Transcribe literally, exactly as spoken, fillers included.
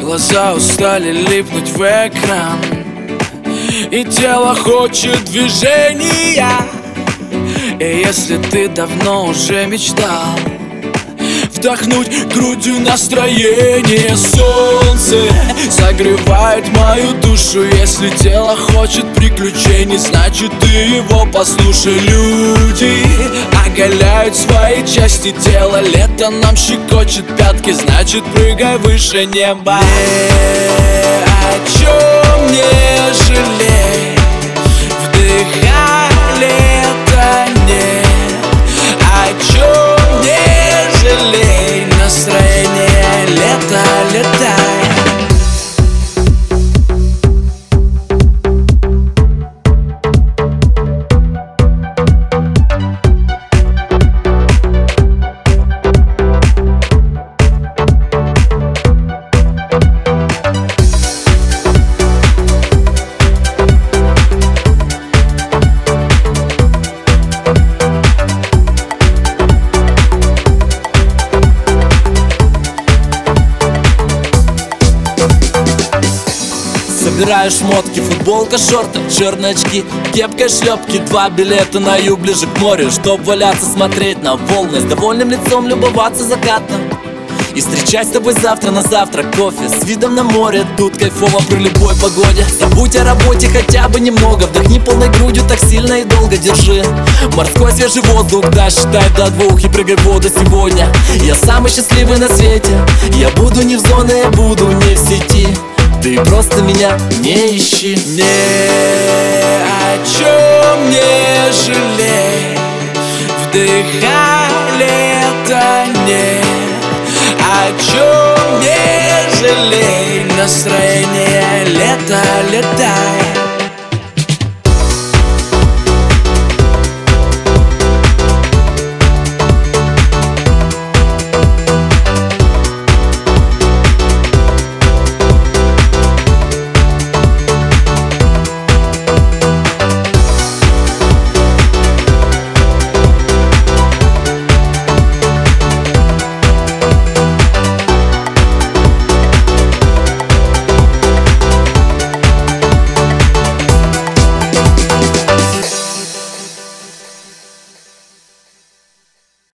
Глаза устали липнуть в экран, и тело хочет движения. И если ты давно уже мечтал вдохнуть грудью настроение, солнце согревает мою душу. Если тело хочет приключений, значит ты его послушай. Люди оголяют свои части тела, лето нам щекочет пятки, значит прыгай выше неба. Не о чем не жалей, вдыхай лето, не о чем не жалей, настроение лето, летай. Собираю шмотки, футболка, шорты, черные очки, кепка, шлепки, два билета на юг ближе к морю, чтоб валяться, смотреть на волны, с довольным лицом любоваться закатом и встречать с тобой завтра на завтрак кофе с видом на море. Тут кайфово при любой погоде. Забудь о работе хотя бы немного, вдохни полной грудью так сильно и долго, держи морской свежий воздух, да, считай до двух и прыгай в воду сегодня. Я самый счастливый на свете, я буду не в зоне, я буду не в сети. Ты просто меня не ищи. Не о чем не жалей, вдыхай лето, не о чем не жалей, настроение лето, летай.